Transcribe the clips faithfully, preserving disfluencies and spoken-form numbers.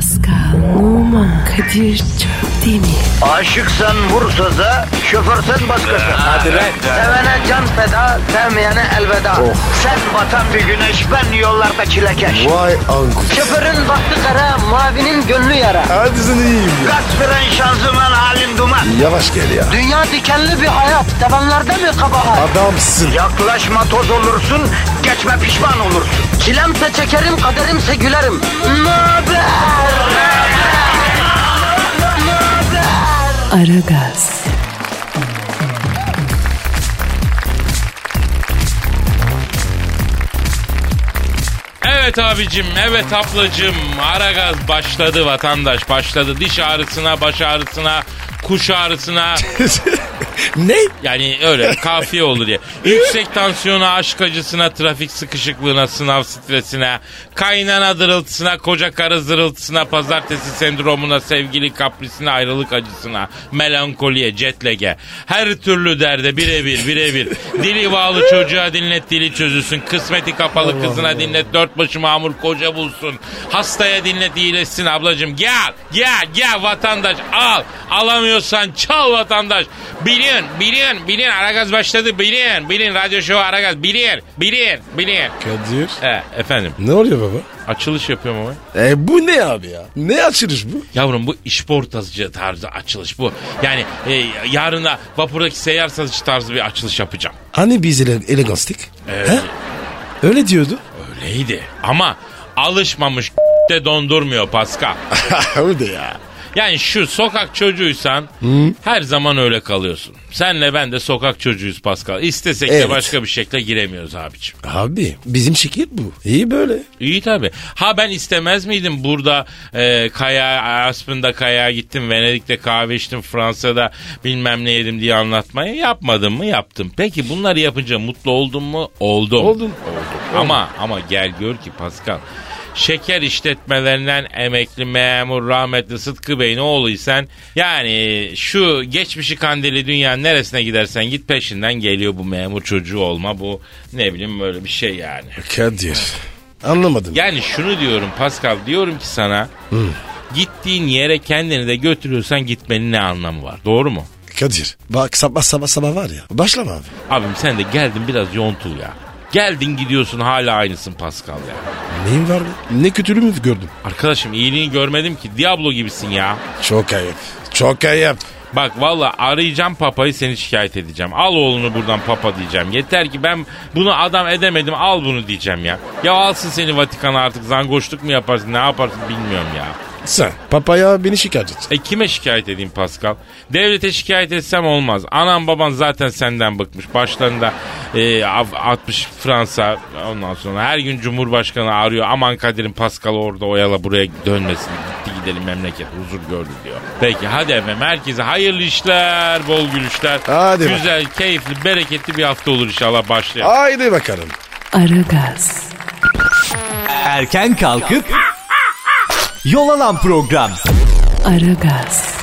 Pascal, Oman, Kadir çok değil mi? Aşıksan vursa da, şoförsen başkasın. Hadi lan. Sevene can feda, sevmeyene elveda. Oh. Sen batan bir güneş, ben yollarda çilekeş. Vay anku. Şoförün baktı kara, mavinin gönlü yara. Hadi sen iyiyim ya. Kasperen şanzıman halin duman. Yavaş gel ya. Dünya dikenli bir hayat, sevenlerde mi kabahar? Adamsın. Yaklaşma toz olursun, geçme pişman olursun. Çilemse çekerim, kaderimse gülerim. Möber! Aragaz. Evet abicim, evet ablacım. Aragaz başladı vatandaş, başladı. Diş ağrısına, baş ağrısına, kuş ağrısına. Ne? Yani öyle kafiye olur diye. Yüksek tansiyona, aşk acısına, trafik sıkışıklığına, sınav stresine, kaynana dırıltısına, koca karı zırıltısına, pazartesi sendromuna, sevgili kaprisine, ayrılık acısına, melankoliye, jetlag'e, her türlü derde birebir birebir. Dili bağlı çocuğa dinlet, dili çözülsün. Kısmeti kapalı kızına dinlet, dört başı mamur koca bulsun. Hastaya dinlet, iyileşsin ablacığım. Gel gel gel vatandaş, al. Alamıyorsan çal vatandaş. Bilin bilin bilin Aragaz başladı, bilin bilin radyo şovu Aragaz, bilin bilin bilin. Kadir. He efendim, Ne oluyor baba? açılış yapıyorum ama. E bu ne abi ya? Ne açılış bu? Yavrum bu işportacı tarzı açılış bu. Yani e, yarın da vapurdaki seyyar satıcı tarzı bir açılış yapacağım. Hani biz ele eleganstik? Evet. He? Öyle diyordu. Öyleydi ama alışmamış de dondurmuyor Pascal. Öyle ya. Yani şu sokak çocuğuysan Hı? her zaman öyle kalıyorsun. Senle ben de sokak çocuğuyuz Pascal. İstesek Evet. de başka bir şekilde giremiyoruz abiciğim. Abi bizim şirket bu. İyi böyle. İyi tabii. Ha ben istemez miydim burada e, kaya, Aspen'da kayaya gittim, Venedik'te kahve içtim, Fransa'da bilmem ne yedim diye anlatmayı yapmadım mı? Yaptım. Peki bunları yapınca mutlu oldum mu? Oldum. Oldun. Oldum. Ama ama gel gör ki Pascal, şeker işletmelerinden emekli memur rahmetli Sıtkı Bey'in oğluysan, yani şu geçmişi kandili dünyanın neresine gidersen git peşinden geliyor bu memur çocuğu olma, bu ne bileyim böyle bir şey yani. Kadir. Anlamadım. Yani şunu diyorum Pascal, diyorum ki sana Hı. gittiğin yere kendini de götürüyorsan gitmenin ne anlamı var, doğru mu? Kadir bak sabah sabah sabah var ya, başlama abi. Abim sen de geldin biraz yontul ya. Geldin gidiyorsun hala aynısın Pascal ya. Neyin var be? Ne kötülüğümü gördüm. Arkadaşım iyiliğini görmedim ki, Diablo gibisin ya. Çok ayıp. Çok ayıp. Bak valla arayacağım papayı, seni şikayet edeceğim. Al oğlunu buradan papa diyeceğim. Yeter ki ben bunu adam edemedim, al bunu diyeceğim ya. Ya alsın seni Vatikan'a, artık zangoşluk mu yaparsın ne yaparsın bilmiyorum ya. Sen papaya beni şikayet et. E kime şikayet edeyim Pascal? Devlete şikayet etsem olmaz. Anam baban zaten senden bıkmış. Başlarında e, atmış Fransa, ondan sonra her gün Cumhurbaşkanı arıyor. Aman Kadir'in Pascal orada oyala, buraya dönmesin. Gitti gidelim memleket huzur gördü diyor. Peki hadi efendim, herkese hayırlı işler, bol gülüşler. Hadi güzel, bak. Keyifli, bereketli bir hafta olur inşallah, başlayalım. Haydi bakalım. Aragaz. Erken kalkıp yol alan program. Aragaz.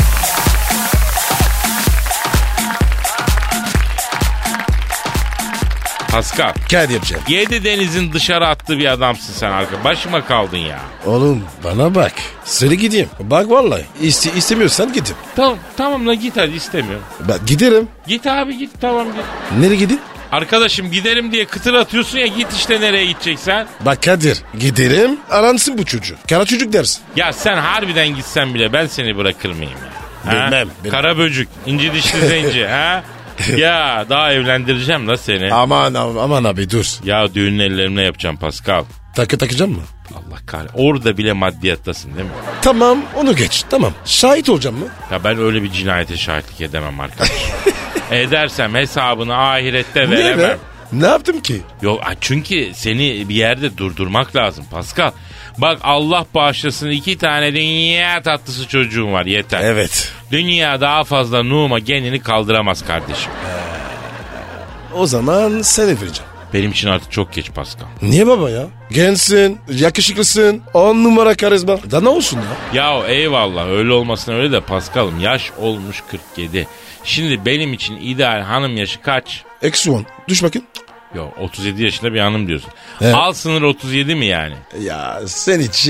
Pascal, Kadir'ciğim. yedi denizin dışarı attığı bir adamsın sen arka. Başıma kaldın ya. Oğlum bana bak. Söyle gideyim. Bak vallahi. İste, istemiyorsan gidin. Tamam, tamam la git hadi, istemiyorum. Ben giderim. Git abi git, tamam git. Nereye gidin? Arkadaşım giderim diye kıtır atıyorsun ya, git işte nereye gideceksen. Bak Kadir giderim, aransın bu çocuğu. Kara çocuk dersin. Ya sen harbiden gitsen bile ben seni bırakır mıyım ya? Ha? Bilmem, bilmem. Kara böcük, inci dişli zenci ha? Ya daha evlendireceğim la seni. Aman aman abi dur. Ya düğünün ellerimle yapacağım Pascal. Takı takacağım mı? Allah kahretsin. Orada bile maddiyattasın değil mi? Tamam onu geç, tamam. Şahit olacağım mı? Ya ben öyle bir cinayete şahitlik edemem arkadaş. Edersem hesabını ahirette veremem. Niye be? Ne yaptım ki? Yok çünkü seni bir yerde durdurmak lazım Pascal. Bak Allah bağışlasın, iki tane dünya tatlısı çocuğum var, yeter. Evet. Dünya daha fazla Nuh'uma genini kaldıramaz kardeşim. O zaman seni vereceğim. Benim için artık çok geç Pascal. Niye baba ya? Gençsin, yakışıklısın, on numara karizma. Da ne olsun ya? Ya eyvallah öyle olmasına öyle de Pascal'ım, yaş olmuş kırk yedi. Şimdi benim için ideal hanım yaşı kaç? Eksi on. Düş bakayım. Yok otuz yedi yaşında bir hanım diyorsun. Evet. Al sınır otuz yedi mi yani? Ya sen için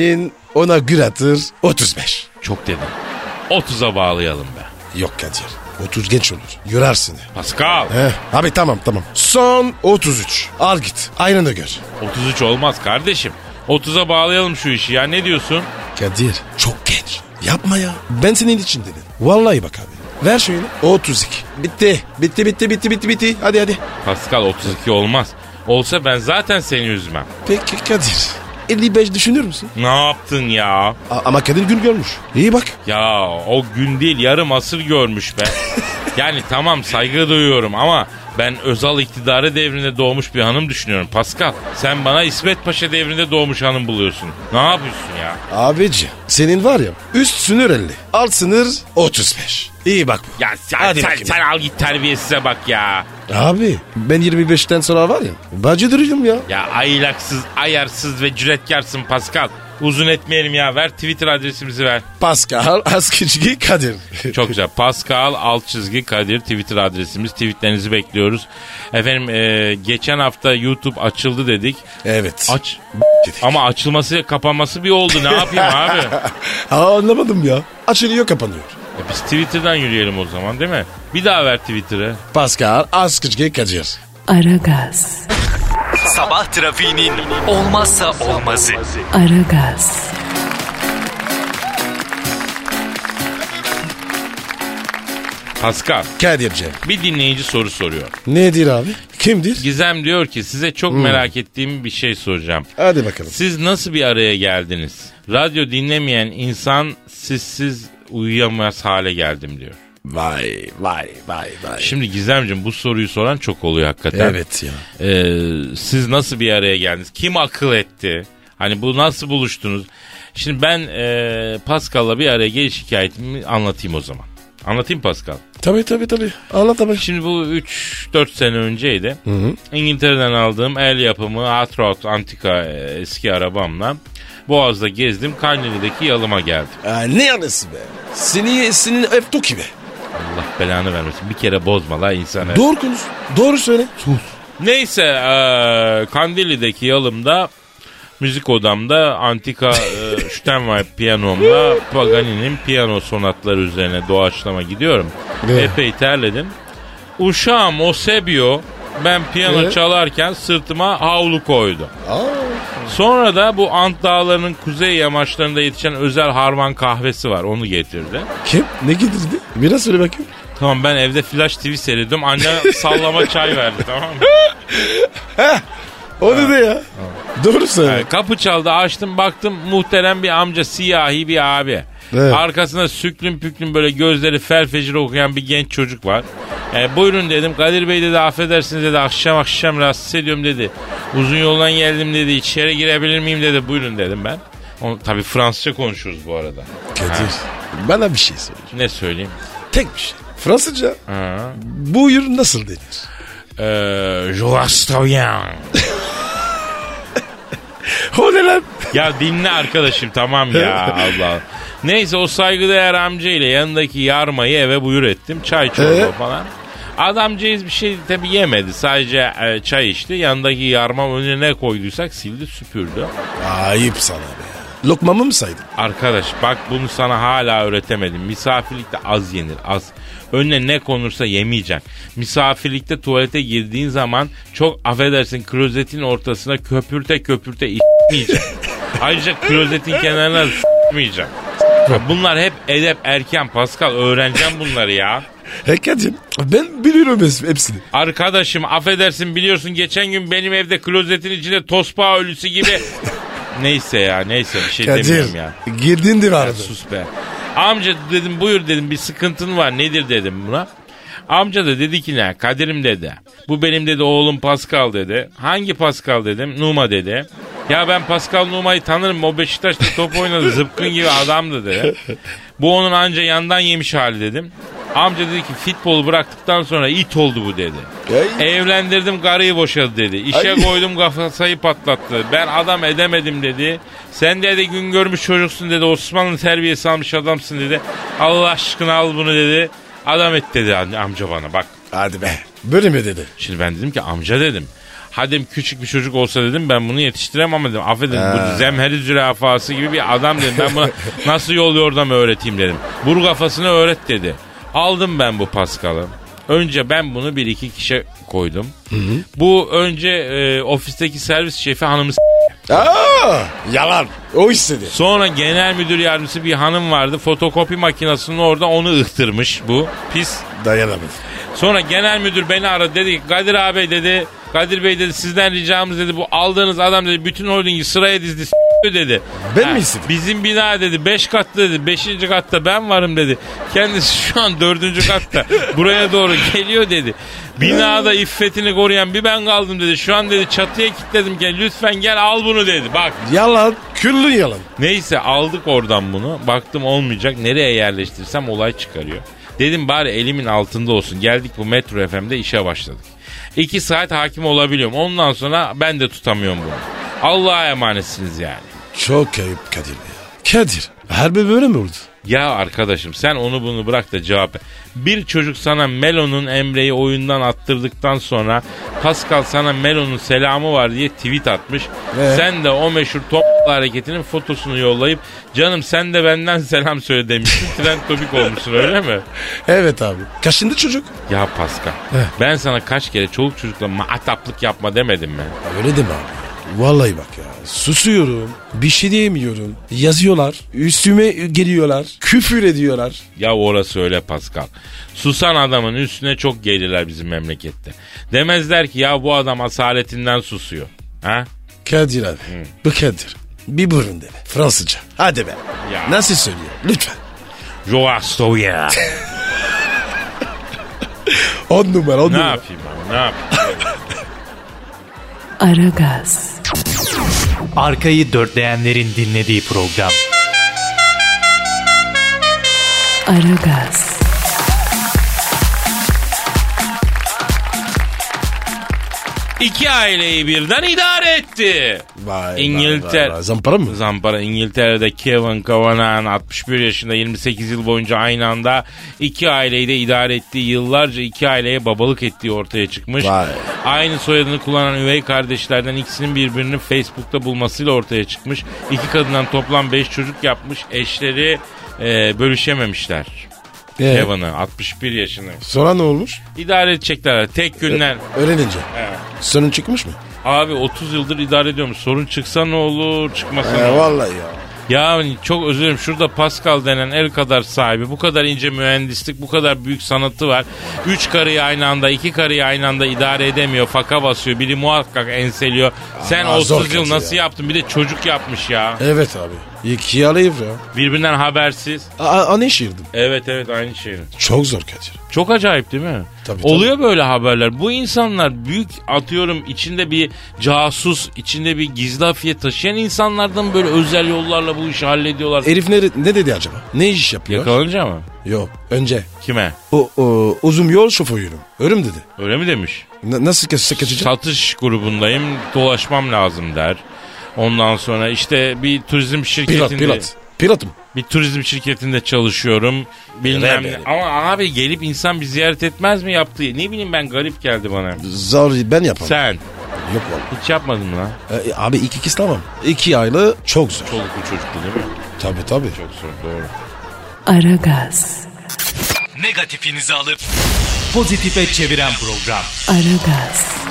ona gül atır otuz beş. Çok dedim. otuza bağlayalım be. Yok Kadir. otuz genç olur. Yorarsın. Pascal. He. Abi tamam tamam. Son otuz üç. Al git. Aynını gör. otuz üç olmaz kardeşim. otuza bağlayalım şu işi ya, ne diyorsun? Kadir çok genç. Yapma ya. Ben senin için dedim. Vallahi bak abi. Ver şöyle. otuz iki. Bitti. Bitti bitti bitti bitti bitti. Hadi hadi. Pascal otuz iki olmaz. Olsa ben zaten seni üzmem. Peki Kadir. elli beş düşünür müsün? Ne yaptın ya? A- ama Kadir gün görmüş. İyi bak. Ya o gün değil, yarım asır görmüş be. Yani tamam, saygı duyuyorum ama ben Özal iktidarı devrinde doğmuş bir hanım düşünüyorum Pascal. Sen bana İsmet Paşa devrinde doğmuş hanım buluyorsun. Ne yapıyorsun ya? Abici senin var ya üst sınır elli. Alt sınır otuz beş. İyi bak bu. Ya sen, Hadi sen, bakayım. sen al git, terbiyesize bak ya. Abi ben yirmi beşten sonra var ya bacı duruyorum ya. Ya aylaksız, ayarsız ve cüretkarsın Pascal. Uzun etmeyelim ya, ver Twitter adresimizi ver. Pascal Askizgi Kadir. Çok güzel. Pascal alt çizgi Kadir Twitter adresimiz. Tweetlerinizi bekliyoruz. Efendim e, geçen hafta YouTube açıldı dedik. Evet. Aç. Ama açılması kapanması bir oldu. Ne yapayım abi? Aa, anlamadım ya. Açılıyor kapanıyor. E biz Twitter'dan yürüyelim o zaman, değil mi? Bir daha ver Twitter'ı. Pascal Askizgi Kadir. Aragaz, Sabah trafiğinin olmazsa olmazı. Aragaz, Pascal, Kadir'ciğim. bir dinleyici soru soruyor. Nedir abi? Kimdir? Gizem diyor ki size çok merak ettiğim bir şey soracağım. Hadi bakalım. Siz nasıl bir araya geldiniz? Radyo dinlemeyen insan sizsiz uyuyamaz hale geldim diyor. Vay vay vay vay. Şimdi Gizemciğim, bu soruyu soran çok oluyor hakikaten. Evet ya. Ee, siz nasıl bir araya geldiniz? Kim akıl etti? Hani bu nasıl buluştunuz? Şimdi ben e, Pascal'la bir araya geliş hikayetimi anlatayım o zaman. Anlatayım Pascal. Tabii tabii tabii. Anlat abi. Şimdi bu üç dört sene önceydi. Hı hı. İngiltere'den aldığım el yapımı Hot Rod antika e, eski arabamla Boğaz'da gezdim. Kandilli'deki yalıma geldim. Aa, ne yanısı be? Seni, senin ev toki be. Allah belanı vermesin. Bir kere bozma la insanı. Doğru konuş. Doğru söyle. Sus. Neyse e, Kandilli'deki yalımda müzik odamda antika e, Steinway piyanomla Pagani'nin piyano sonatları üzerine doğaçlama gidiyorum. Evet. Epey terledim. Uşağım Osebio ben piyano Evet. çalarken sırtıma havlu koydu. Aa. Sonra da bu Ant Dağları'nın kuzey yamaçlarında yetişen özel harman kahvesi var, onu getirdi. Kim? Ne getirdi? Biraz söyle bakayım. Tamam, ben evde Flash T V seyrediyordum. Anne sallama çay verdi, tamam mı? O ne de ya? Doğru söyle. Yani kapı çaldı, açtım, baktım muhterem bir amca, siyahi bir abi. Evet. Arkasında süklüm püklüm böyle gözleri fel fecir okuyan bir genç çocuk var. E, buyurun dedim. Kadir Bey dedi, affedersiniz dedi, akşam akşam rahatsız ediyorum dedi. Uzun yoldan geldim dedi, içeri girebilir miyim dedi. Buyurun dedim ben. O, tabii Fransızca konuşuyoruz bu arada. Kadir. Ha. Bana bir şey söyle. Ne söyleyeyim? Tek bir şey. Fransızca. Ha. Buyur nasıl denir? Eee... Joastoyen. O ne lan? Ya dinle arkadaşım, tamam ya Allah. Neyse, o saygıdeğer amcayla yanındaki yarmayı eve buyur ettim. Çay çorba Ee? falan. Adamcağız bir şey tabi yemedi. Sadece e, çay içti. Yanındaki yarma önüne ne koyduysak sildi süpürdü. Ayıp sana be. Lokmamı mı saydın? Arkadaş bak, bunu sana hala öğretemedim. Misafirlikte az yenir, az. Önüne ne konursa yemeyeceksin. Misafirlikte tuvalete girdiğin zaman çok affedersin klozetin ortasına köpürte köpürte içmeyeceksin. Ayrıca klozetin kenarına s**mayacaksın. Bunlar hep edep erken Pascal, öğreneceğim bunları ya. He Kadir, ben biliyorum hepsini. Arkadaşım affedersin, biliyorsun geçen gün benim evde klozetin içinde tosbağa ölüsü gibi... Neyse ya, neyse bir şey Kadir, demiyorum ya. girdin de vardı. Ya sus be. Amca dedim, buyur dedim, bir sıkıntın var, nedir dedim buna. Amca da dedi ki ne Kadir'im dedi. Bu benim dedi oğlum Pascal dedi. Hangi Pascal dedim. Numa dedi. Ya ben Pascal Numa'yı tanırım, o Beşiktaş'ta top oynadı, zıpkın gibi adamdı dedi. Bu onun anca yandan yemiş hali dedim. Amca dedi ki futbolu bıraktıktan sonra it oldu bu dedi. Ay. Evlendirdim, karıyı boşadı dedi. İşe Ay. koydum, kafasayı patlattı. Ben adam edemedim dedi. Sen dedi gün görmüş çocuksun dedi. Osmanlı terbiyesi almış adamsın dedi. Allah aşkına al bunu dedi. Adam et dedi amca bana, bak. Hadi be. Böyle mi dedi? Şimdi ben dedim ki amca dedim. Hadi küçük bir çocuk olsa dedim ben bunu yetiştiremem dedim. Affedin bu zemheri zürafası gibi bir adam dedim. Ben buna nasıl yol yordam öğreteyim dedim. Vur kafasını öğret dedi. Aldım ben bu Pascal'ı. Önce ben bunu bir iki kişi koydum. Hı hı. Bu önce e, ofisteki servis şefi hanımı s- Aa, yalan. O istedi. Sonra genel müdür yardımcısı bir hanım vardı. Fotokopi makinesinin orada onu ıhtırmış bu. Pis. Dayanamadım. Sonra genel müdür beni aradı dedi ki Kadir abi dedi. Kadir Bey dedi sizden ricamız dedi bu aldığınız adam dedi bütün holdingi sıraya dizdi s- dedi. Ben ha, mi istedim? Bizim bina dedi beş katlı dedi. Beşinci katta ben varım dedi. Kendisi şu an dördüncü katta. Buraya doğru geliyor dedi. Binada iffetini koruyan bir ben kaldım dedi. Şu an dedi çatıya kilitledim ki lütfen gel al bunu dedi. Bak. Yalan. Küllü yalan. Neyse aldık oradan bunu. Baktım olmayacak. Nereye yerleştirsem olay çıkarıyor. Dedim bari elimin altında olsun. Geldik bu Metro F M'de işe başladık. İki saat hakim olabiliyorum. Ondan sonra ben de tutamıyorum bunu. Allah'a emanetsiniz yani. Çok ayıp Kadir ya. Kadir. Harbi böyle mi oldu? Ya arkadaşım sen onu bunu bırak da cevap ver. Bir çocuk sana Melo'nun Emre'yi oyundan attırdıktan sonra Pascal sana Melo'nun selamı var diye tweet atmış. Ee? Sen de o meşhur top hareketinin fotosunu yollayıp canım sen de benden selam söyle demişsin. Trend topik olmuşsun öyle mi? Evet abi. Kaçındı çocuk? Ya Pascal Heh. ben sana kaç kere çoluk çocukla maataplık yapma demedim mi? Öyle deme abi. Vallahi bak ya. Susuyorum. Bir şey diyemiyorum. Yazıyorlar. Üstüme geliyorlar. Küfür ediyorlar. Ya orası öyle Pascal. Susan adamın üstüne çok gelirler bizim memlekette. Demezler ki ya bu adam asaletinden susuyor. Ha? Kadir abi. Hı. Bu Kadir. Bir burun deme. Fransızca. Hadi be. Ya. Nasıl söylüyor? Lütfen. Joastoya. On numara on Ne numara. yapayım abi ne yapayım? Aragaz, Arkayı dörtleyenlerin dinlediği program. Aragaz, İki aileyi birden idare etti. Vay, İngiltere. vay, vay. Zampara mı? Zampara. İngiltere'de Kevin Cavanagh altmış bir yaşında yirmi sekiz yıl boyunca aynı anda iki aileyi de idare ettiği, yıllarca iki aileye babalık ettiği ortaya çıkmış. Vay. Aynı soyadını kullanan üvey kardeşlerden ikisinin birbirini Facebook'ta bulmasıyla ortaya çıkmış. İki kadından toplam beş çocuk yapmış. Eşleri e, bölüşememişler. Ee? Kevin'ı altmış bir yaşında. Sonra ne olmuş? İdare edecekler. Tek günler. Öğrenince. Evet. Sorun çıkmış mı? Abi otuz yıldır idare ediyormuş. Sorun çıksa ne olur, çıkmasa ne Ee, olur. vallahi ya. Ya çok özür dilerim. Şurada Pascal denen el kadar sahibi, bu kadar ince mühendislik, bu kadar büyük sanatı var. Üç karıyı aynı anda, iki karıyı aynı anda idare edemiyor. Faka basıyor. Biri muhakkak enseliyor. Sen Ama zor otuz yıl kaçı nasıl ya. yaptın? Bir de çocuk yapmış ya. Evet abi. İki alayım ya. Birbirinden habersiz. Anne şiirdim. Evet evet aynı şey. Çok zor Kadir. Çok acayip değil mi? Tabii, Oluyor böyle haberler. Bu insanlar büyük atıyorum içinde bir casus, içinde bir gizli hafiye taşıyan insanlardan böyle özel yollarla bu işi hallediyorlar. Herif ne, ne dedi acaba? Ne iş yapıyor? Yakalanınca mı? Yok. Önce. Kime? O, o uzun yol şoförüyüm. Ölüm dedi. Öyle mi demiş? N- nasıl kes kaçacak? Satış grubundayım, dolaşmam lazım der. Ondan sonra işte bir turizm şirketinde... Pilot, pilot. Pilot mu? Bir turizm şirketinde çalışıyorum. Bilmem ne. Ama abi gelip insan bir ziyaret etmez mi yaptığı? Ne bileyim ben garip geldi bana. Zor ben yapamam. Sen Yok vallahi. hiç yapmadın mı lan? Ee, abi iki kız tamam. İki aylı çok zor. Çoluklu çocuklu değil mi? Tabii tabii. Çok zor doğru. Aragaz, Negatifinizi alıp pozitife çeviren program. Aragaz,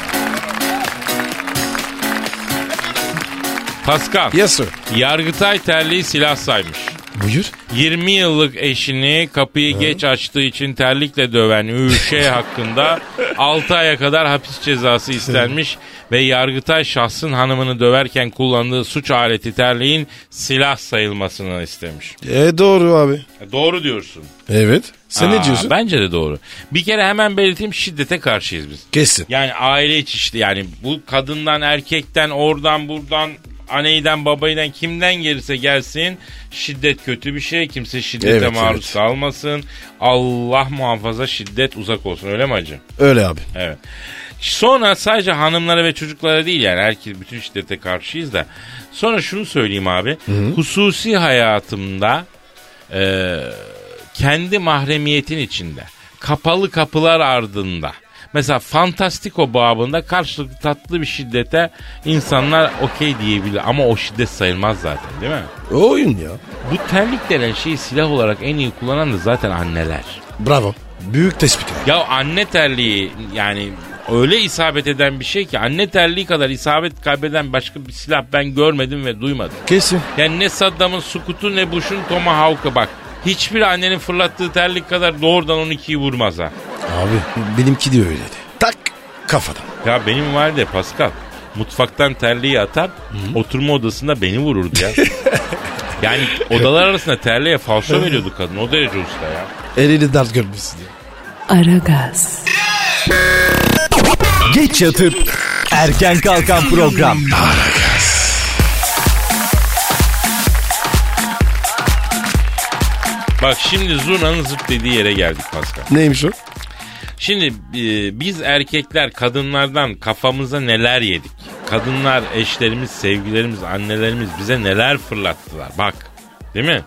Pascal. Yes sir. Yargıtay terliği silah saymış. Buyur. yirmi yıllık eşini kapıyı geç açtığı için terlikle döven Üşe hakkında altı aya kadar hapis cezası istenmiş ve Yargıtay şahsın hanımını döverken kullandığı suç aleti terliğin silah sayılmasını istemiş. E doğru abi. Doğru diyorsun. Evet. Sen Aa, ne diyorsun? Bence de doğru. Bir kere hemen belirteyim, şiddete karşıyız biz. Kesin. Yani aile içi işte, yani bu kadından, erkekten, oradan buradan, aneyden, babaydan, kimden gelirse gelsin şiddet kötü bir şey. Kimse şiddete Evet, maruz evet. kalmasın. Allah muhafaza, şiddet uzak olsun, öyle mi hacı? Öyle abi. Evet. Sonra sadece hanımlara ve çocuklara değil, yani herkes, bütün şiddete karşıyız da. Sonra şunu söyleyeyim abi. Hı-hı. Hususi hayatımda e, kendi mahremiyetin içinde, kapalı kapılar ardında, Mesela Fantastiko babında karşılıklı tatlı bir şiddete insanlar okey diyebilir. Ama o şiddet sayılmaz zaten değil mi? O oyun ya. Bu terlik denen şeyi silah olarak en iyi kullanan da zaten anneler. Bravo. Büyük tespit. Ya anne terliği yani öyle isabet eden bir şey ki anne terliği kadar isabet kaybeden başka bir silah ben görmedim ve duymadım. Kesin. Yani ne Saddam'ın Sukut'u ne Bush'un Tomahawk'ı bak. Hiçbir annenin fırlattığı terlik kadar doğrudan on ikiyi vurmaz ha. Abi benimki de öyleydi. Tak kafadan. Ya benim vardı ya Pascal. Mutfaktan terliği atar, Hı-hı. oturma odasında beni vururdu ya. Yani odalar arasında terliğe falso veriyordu kadın. O derece usta ya. Elini dert görmüşsün ya. Aragaz. Geç yatıp erken kalkan program. Aragaz. Bak şimdi zurnanın zırt dediği yere geldik Pascal. Neymiş o? Şimdi e, biz erkekler kadınlardan kafamıza neler yedik? Kadınlar, eşlerimiz, sevgilerimiz, annelerimiz bize neler fırlattılar? Bak, değil mi?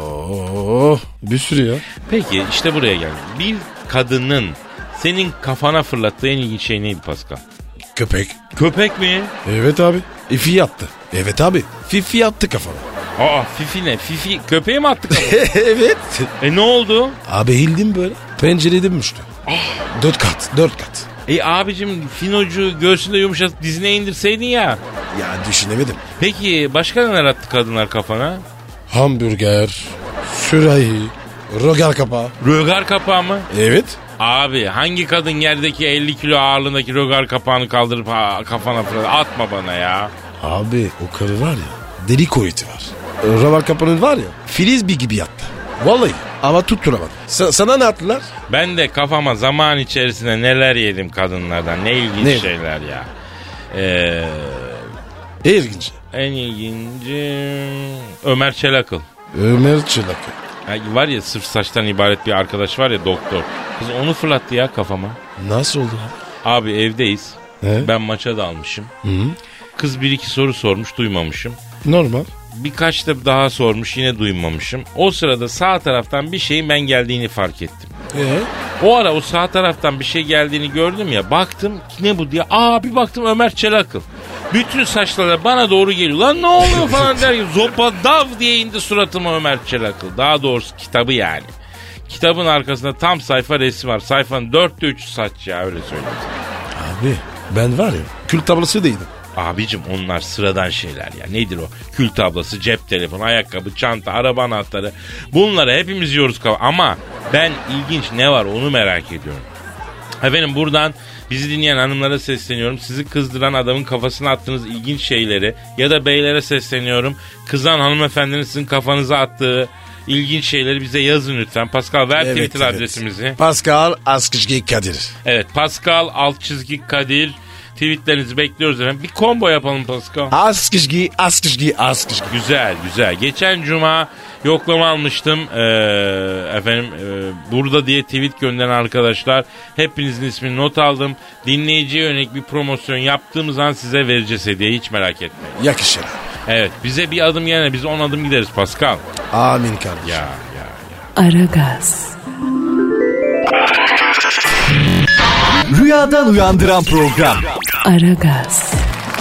Oo, bir sürü ya. Peki işte buraya geldik. Bir kadının senin kafana fırlattığı en ilginç şey neydi Pascal? Köpek. Köpek mi? Evet abi. Fifi yattı. Evet abi. Fifi yattı kafana. Aa Fifi ne? Fifi köpeğe mi attık? Evet. E ne oldu? Abi eğildim böyle. Pencereden düştü. Ah. Dört kat. Dört kat. E abicim finocu göğsünde yumuşatıp dizine indirseydin ya. Ya düşünemedim. Peki başka neler attı kadınlar kafana? Hamburger. Sürahi. Rogar kapağı. Rögar kapağı mı? Evet. Abi hangi kadın yerdeki elli kilo ağırlığındaki rögar kapağını kaldırıp ha, kafana fırlat? Atma bana ya. Abi o karı var ya. Deli kuvveti var. Rogar kapağının var ya. Filizbi gibi yattı. Vallahi. Ama tutturamadı. Sa- sana ne attılar? Ben de kafama zaman içerisinde neler yedim kadınlardan. Ne ilginç Ne? şeyler ya. Ee, İlginç. en ilginci Ömer Çelakıl. Ömer Çelak. Ya var ya sırf saçtan ibaret bir arkadaş var ya doktor. Kız onu fırlattı ya kafama. Nasıl oldu abi? Abi evdeyiz. He? Ben maça dalmışım. Hı-hı. Kız bir iki soru sormuş duymamışım. Normal. Birkaç da daha sormuş yine duymamışım. O sırada sağ taraftan bir şeyin ben geldiğini fark ettim. Ee? O ara o sağ taraftan bir şey geldiğini gördüm ya baktım ne bu diye. Aa bir baktım Ömer Çelakıl. Bütün saçları bana doğru geliyor. Lan ne oluyor falan derken zopadav diye indi suratıma Ömer Çelakıl. Daha doğrusu kitabı yani. Kitabın arkasında tam sayfa resim var. Sayfanın dörtte üçü saç ya öyle söyleyeyim. Abi ben var ya kül tablası değildim. Abicim onlar sıradan şeyler ya. Nedir o? Kül tablası, cep telefonu, ayakkabı, çanta, araba anahtarı. Bunları hepimiz yiyoruz. Ama ben ilginç ne var onu merak ediyorum. Efendim buradan bizi dinleyen hanımlara sesleniyorum. Sizi kızdıran adamın kafasına attığınız ilginç şeyleri ya da beylere sesleniyorum. Kızan hanımefendinin sizin kafanıza attığı ilginç şeyleri bize yazın lütfen. Pascal ver Evet, Twitter evet. adresimizi. Pascal Askışgi Kadir. Evet Pascal alt çizgi Kadir. Tweetlerinizi bekliyoruz efendim. Bir combo yapalım Pascal. Askışgi, Askışgi, Askışgi. Güzel güzel. Geçen cuma yoklama almıştım. Ee, efendim e, burada diye tweet gönderen arkadaşlar. Hepinizin ismini not aldım. Dinleyiciye yönelik bir promosyon yaptığımız an size vereceğiz hediye. Hiç merak etmeyin. Yakışır. Evet bize bir adım gelene biz on adım gideriz Pascal. Amin kardeşim. Ya ya ya. Aragaz. Rüyadan uyandıran program. Aragaz.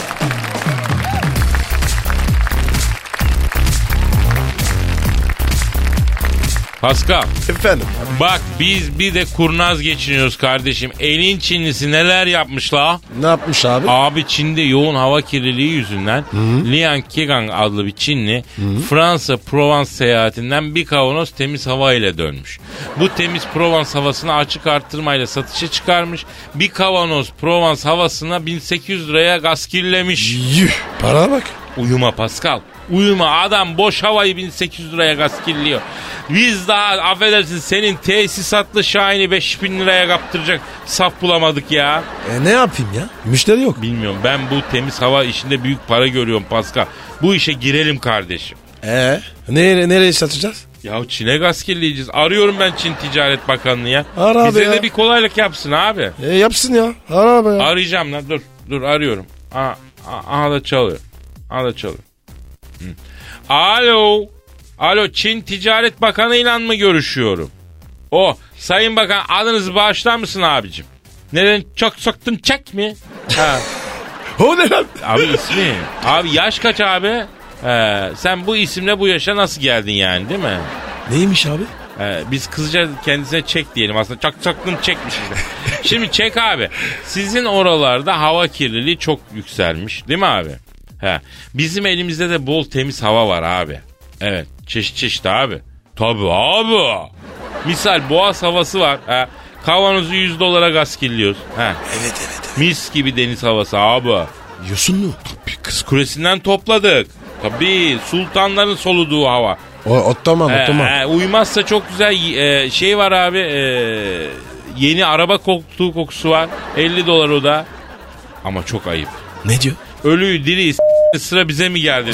Pascal Efendim. bak biz bir de kurnaz geçiniyoruz kardeşim. Elin Çinlisi neler yapmış la? Ne yapmış abi? Abi Çin'de yoğun hava kirliliği yüzünden Liang Kegang adlı bir Çinli Fransa Provence seyahatinden bir kavanoz temiz hava ile dönmüş. Bu temiz Provence havasını açık arttırmayla satışa çıkarmış. Bir kavanoz Provence havasına bin sekiz yüz liraya gaskillemiş. Yuh. Para bak. Uyuma Pascal. Uyuma adam boş havayı bin sekiz yüz liraya gaskilliyor. Biz daha affedersin senin tesisatlı Şahin'i beş bin liraya kaptıracak saf bulamadık ya. E ne yapayım ya? Müşteri yok. Bilmiyorum ben bu temiz hava işinde büyük para görüyorum Pascal. Bu işe girelim kardeşim. Ee, nereye, nereye satacağız? Ya Çin'e gaskilleyeceğiz. Arıyorum ben Çin Ticaret Bakanı'nı ya. Ara Bize abi de ya. bir kolaylık yapsın abi. E yapsın ya. Ara abi ya. Arayacağım lan dur dur arıyorum. Aha, aha da çalıyor. Aha da çalıyor. Hı. Alo. Alo Çin Ticaret Bakanı ile mı görüşüyorum? O Sayın Bakan adınızı bağışlar mısın abicim? Neden çok soktun çek mi? Ha. O ne lan? Abi ismi. Abi yaş kaç abi? He, sen bu isimle bu yaşa nasıl geldin yani değil mi? Neymiş abi? He, biz kızca kendisine çek diyelim aslında. Çok soktun çekmişiz de. Şimdi çek abi. Sizin oralarda hava kirliliği çok yükselmiş değil mi abi? He. Bizim elimizde de bol temiz hava var abi. Evet. Çeşit çeşit abi. Tabii abi. Misal boğaz havası var. He. Kavanozu yüz dolara gaz kirliyoruz. He. Evet evet. evet. Mis gibi deniz havası abi. Yosunlu. Kız kulesinden topladık. Tabii sultanların soluduğu hava. O, o tamam o tamam. He, uymazsa çok güzel e, şey var abi. E, yeni araba koltuğu kokusu var. elli dolar o da. Ama çok ayıp. Ne diyor? Ölüyü diri sıra bize mi geldi?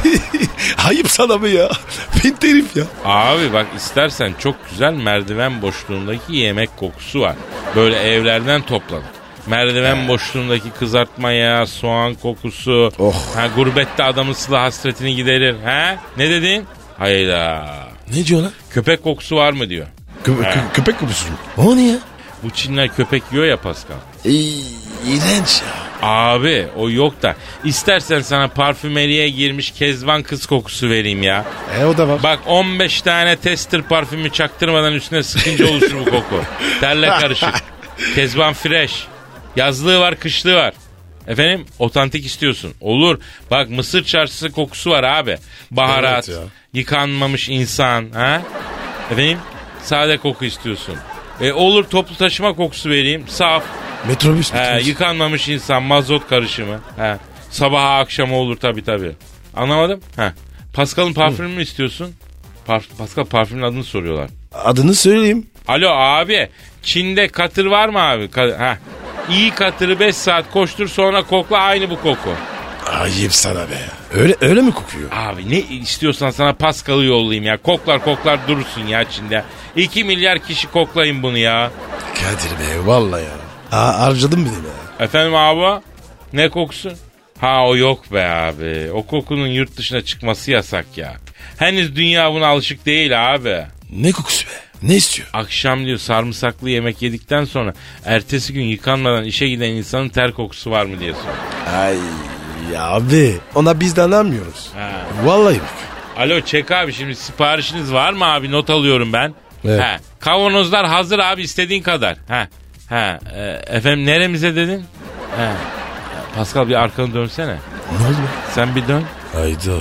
Ayıp sana mı ya? Fint herif ya. Abi bak istersen çok güzel merdiven boşluğundaki yemek kokusu var. Böyle evlerden topladık. Merdiven boşluğundaki kızartma yağı, soğan kokusu. Oh. Ha, gurbette adamın sıla hasretini giderir. Ha? Ne dedin? Hayda. Ne diyor lan? Köpek kokusu var mı diyor. Kö- kö- köpek kokusu mu? O ne ya? Bu Çinler köpek yiyor ya Pascal. İy, iğrenç ya. Abi o yok da istersen sana parfümeriye girmiş kezban kız kokusu vereyim ya. E o da var. Bak on beş tane tester parfümü çaktırmadan üstüne sıkınca oluşur bu koku. Terle karışık. Kezban fresh. Yazlığı var, kışlığı var. Efendim otantik istiyorsun. Olur. Bak mısır çarşısı kokusu var abi. Baharat, Evet ya. yıkanmamış insan. Ha? Efendim sade koku istiyorsun. E, olur toplu taşıma kokusu vereyim. Saf. Metrobüs. He, metrobüs. yıkanmamış insan, mazot karışımı. He. Sabaha akşama olur tabii tabii. Anlamadım. He. Pascal'ın parfümünü mü istiyorsun? Parf- Pascal parfümün adını soruyorlar. Adını söyleyeyim. Alo abi. Çin'de katır var mı abi? Ka- Heh. İyi katırı beş saat koştur sonra kokla aynı bu koku. Ayıp sana be. Öyle öyle mi kokuyor? Abi ne istiyorsan sana Pascal'ı yollayayım ya. Koklar koklar durursun ya Çin'de. iki milyar kişi koklayın bunu ya. Kadir be vallahi ya. Aa, harcadın beni be. Efendim abi? Ne kokusu? Ha o yok be abi. O kokunun yurt dışına çıkması yasak ya. Henüz dünya buna alışık değil abi. Ne kokusu be? Ne istiyor? Akşam diyor sarımsaklı yemek yedikten sonra ertesi gün yıkanmadan işe giden insanın ter kokusu var mı diye soruyor. Ay ya abi ona biz de anlamıyoruz. Ha. Vallahi bak. Alo Çek abi şimdi siparişiniz var mı abi not alıyorum ben. Evet. Ha, kavanozlar hazır abi istediğin kadar. Ha, ha, e, efendim neremize dedin? Ha, Pascal bir arkanı dönsene. Ne oldu? Sen bir dön. Hayda.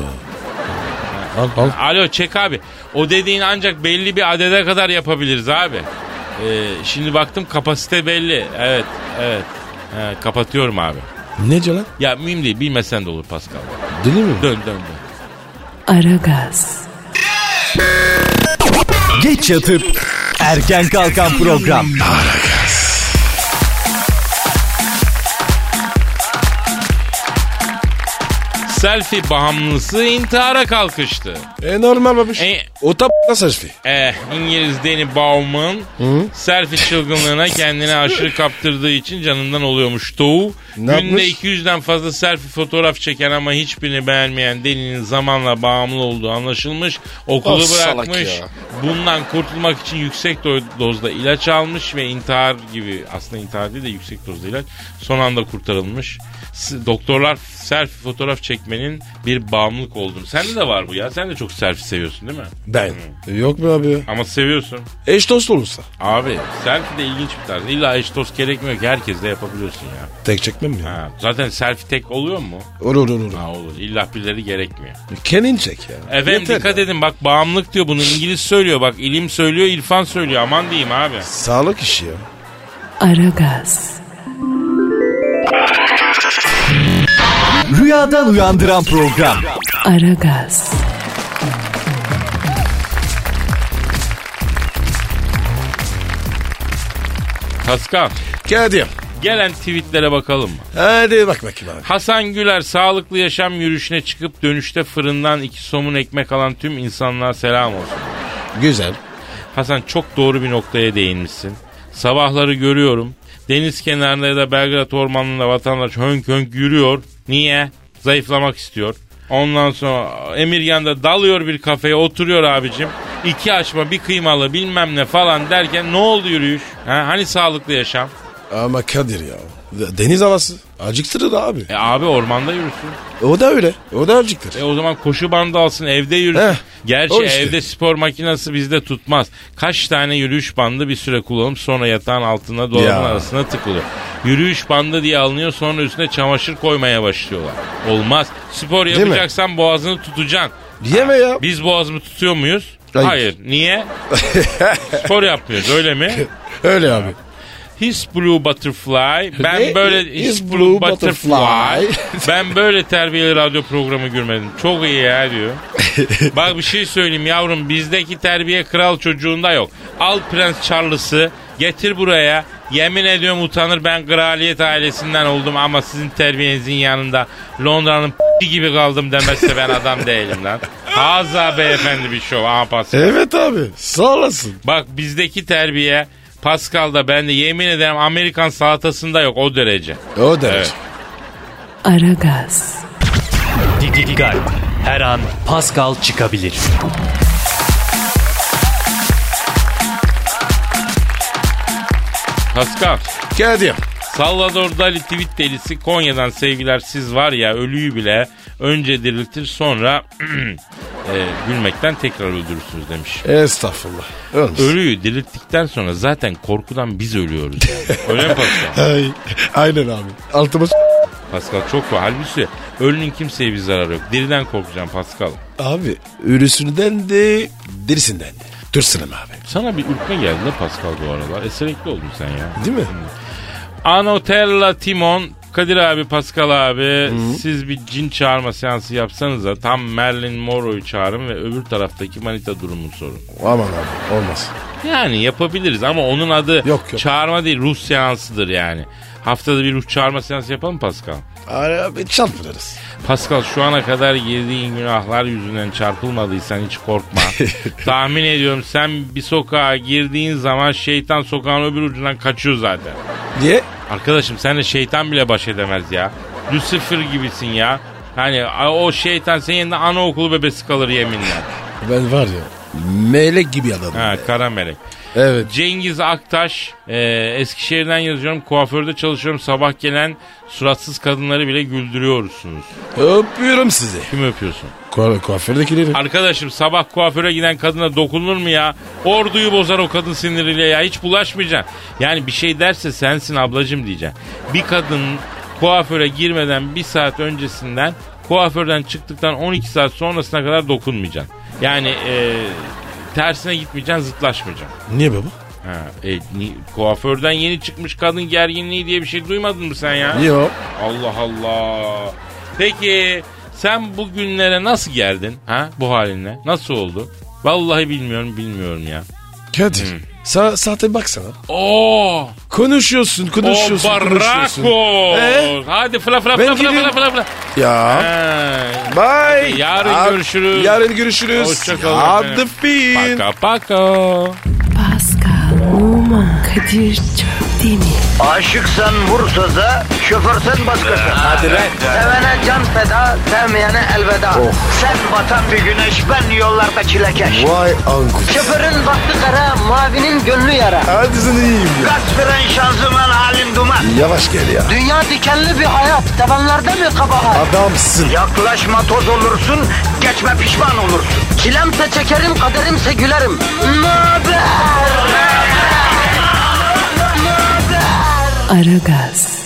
Al al. Alo Çek abi. O dediğin ancak belli bir adede kadar yapabiliriz abi. Ee, şimdi baktım kapasite belli. Evet, evet. He, kapatıyorum abi. Ne diyor lan? Ya mühim değil bilmesen de olur Pascal. Deli mi? Dön dön dön. Aragaz, Geç yatıp erken kalkan program. Selfie bağımlısı intihara kalkıştı. E normal babuş. E- O tap selfie. Eh, İngiliz Danny Bowman selfie çılgınlığına kendini aşırı kaptırdığı için canından oluyormuş. Doğu Ne günde yapmış? iki yüzden fazla selfie fotoğraf çeken ama hiçbirini beğenmeyen Danny'nin zamanla bağımlı olduğu anlaşılmış. Okulu Of, salak bırakmış. ya. Bundan kurtulmak için yüksek do- dozda ilaç almış ve intihar gibi aslında intihar değil de yüksek dozda ilaç son anda kurtarılmış. S- Doktorlar selfie fotoğraf çekmenin bir bağımlılık olduğunu. Sende de var bu ya. Sen de çok selfie seviyorsun değil mi? Ben. Yok be abi. Ama seviyorsun. Eş dost olursa. Abi selfie de ilginç bir tarz. İlla eş dost gerekmiyor ki herkes de yapabiliyorsun ya. Tek çekmem ya. Ha, zaten selfie tek oluyor mu? Olur olur olur. Ha olur. İlla birileri gerekmiyor. Kendin çek ya. Efendim Yeter dikkat ya. edin bak bağımlılık diyor bunu İngiliz söylüyor bak ilim söylüyor İrfan söylüyor aman diyeyim abi. Sağlık işi ya. Aragaz, Rüyadan uyandıran program. Aragaz, Pascal Kadir. gelen tweetlere bakalım mı? Hadi bak bakayım abi. Hasan Güler sağlıklı yaşam yürüyüşüne çıkıp dönüşte fırından iki somun ekmek alan tüm insanlığa selam olsun. Güzel. Hasan çok doğru bir noktaya değinmişsin. Sabahları görüyorum. Deniz kenarında ya da Belgrad ormanında vatandaş hönk hönk yürüyor. Niye? Zayıflamak istiyor. Ondan sonra Emirgan'da dalıyor bir kafeye oturuyor abicim. İki açma bir kıymalı bilmem ne falan derken ne oldu yürüyüş? Ha, hani sağlıklı yaşam? Ama Kadir ya. Deniz havası. Acıktırır abi. E abi ormanda yürüsün. O da öyle. O da acıktır. E o zaman koşu bandı alsın evde yürüsün. Heh, Gerçi o işte. evde spor makinesi bizde tutmaz. Kaç tane yürüyüş bandı bir süre kullanıp sonra yatağın altına dolabın Ya. arasına tıkılıyor. Yürüyüş bandı diye alınıyor sonra üstüne çamaşır koymaya başlıyorlar. Olmaz. Spor mi? yapacaksan boğazını tutacaksın. Yeme ya. Biz boğazımı tutuyor muyuz? Hayır. Hayır. Niye? Spor yapmıyoruz öyle mi? Öyle abi. His Blue Butterfly. Ben Ne? böyle His His Blue Blue Butterfly. Butterfly. Ben böyle terbiyeli radyo programı görmedim. Çok iyi ya diyor. Bak bir şey söyleyeyim yavrum. Bizdeki terbiye kral çocuğunda yok. Al Prens Charles'ı getir buraya. Yemin ediyorum utanır ben kraliyet ailesinden oldum ama sizin terbiyenizin yanında Londra'nın p- gibi kaldım demezse ben adam değilim lan. Haza beyefendi bir şov. Aha Pascal. Evet abi. Sağ olasın. Bak bizdeki terbiye Pascal'da ben de yemin ederim Amerikan salatasında yok o derece. O derece. Evet. Aragaz, Dikkat. Her an Pascal çıkabilir. Pascal, Kadir. Salvador Dali tweet delisi Konya'dan sevgiler siz var ya ölüyü bile önce diriltir sonra e, gülmekten tekrar öldürürsünüz demiş. Estağfurullah. Ölmüş. Ölüyü dirilttikten sonra zaten korkudan biz ölüyoruz yani. Öyle mi Pascal? Ay, aynen abi. Altıma s- Pascal çok var. Halbuki ölünün kimseye bir zararı yok. Diriden korkacağım Pascal. Abi ölüsünden de dirisinden de. Dursun abi. Sana bir ürkme geldi de Pascal bu aralar. Eserekli oldun sen ya. Değil mi? Anotella Timon, Kadir abi, Pascal abi Hı-hı. siz bir cin çağırma seansı yapsanıza tam Marilyn Monroe'yu çağırın ve öbür taraftaki manita durumunu sorun. Aman abi olmaz. Yani yapabiliriz ama onun adı Yok, yok. çağırma değil ruh seansıdır yani. Haftada bir ruh çağırma seansı yapalım mı Pascal? Abi çarpılırız. Pascal şu ana kadar girdiğin günahlar yüzünden çarpılmadıysan hiç korkma. Tahmin ediyorum sen bir sokağa girdiğin zaman şeytan sokağın öbür ucundan kaçıyor zaten. Niye? Arkadaşım seninle şeytan bile baş edemez ya. Lucifer gibisin ya. Hani o şeytan senin yanında anaokulu bebesi kalır yeminle. Ben var ya melek gibi adamım. Ha kara melek. Evet. Cengiz Aktaş e, Eskişehir'den yazıyorum. Kuaförde çalışıyorum. Sabah gelen suratsız kadınları bile güldürüyorsunuz. Öpüyorum sizi. Kim öpüyorsun? Ku- kuafördekileri. Arkadaşım sabah kuaföre giden kadına dokunulur mu ya? Orduyu bozar o kadın siniriyle ya. Hiç bulaşmayacaksın. Yani bir şey derse sensin ablacım diyeceksin. Bir kadın kuaföre girmeden bir saat öncesinden kuaförden çıktıktan on iki saat sonrasına kadar dokunmayacaksın. Yani e, tersine gitmeyeceksin, zıtlaşmayacaksın. Niye baba? Ha, e, ni, kuaförden yeni çıkmış kadın gerginliği diye bir şey duymadın mı sen ya? Yok. Allah Allah. Peki sen bu günlere nasıl geldin ha bu halinle? Nasıl oldu? Vallahi bilmiyorum bilmiyorum ya. Kadir. Hmm. Sa saate baksana. Oo! Konuşuyorsun, konuşuyorsun, O konuşuyorsun. barako. Ee? Hadi fla fla Ben fla fla gidiyorum. fla fla. Ya. Ha. Bye. Yarın Abi, görüşürüz. Yarın görüşürüz. Hoşçakalın Hadi efendim. fin. Paka paka. Pascal, Oman, Kadir çok değil mi? Aşıksan vursa da, şoförsen başkasın. Hadi lan. Sevene can feda, sevmeyene elveda. Sen batan bir güneş, ben yollarda çilekeş. Vay anku. Şoförün baktı kara, mavinin gönlü yara. Hadi sen iyiyim ya. Kasperen şanzıman halin duman. Yavaş gel ya. Dünya dikenli bir hayat, sevenlerde mi kabahar? Adamsın. Yaklaşma toz olursun, geçme pişman olursun. Çilemse çekerim, kaderimse gülerim. Möber! Aragaz.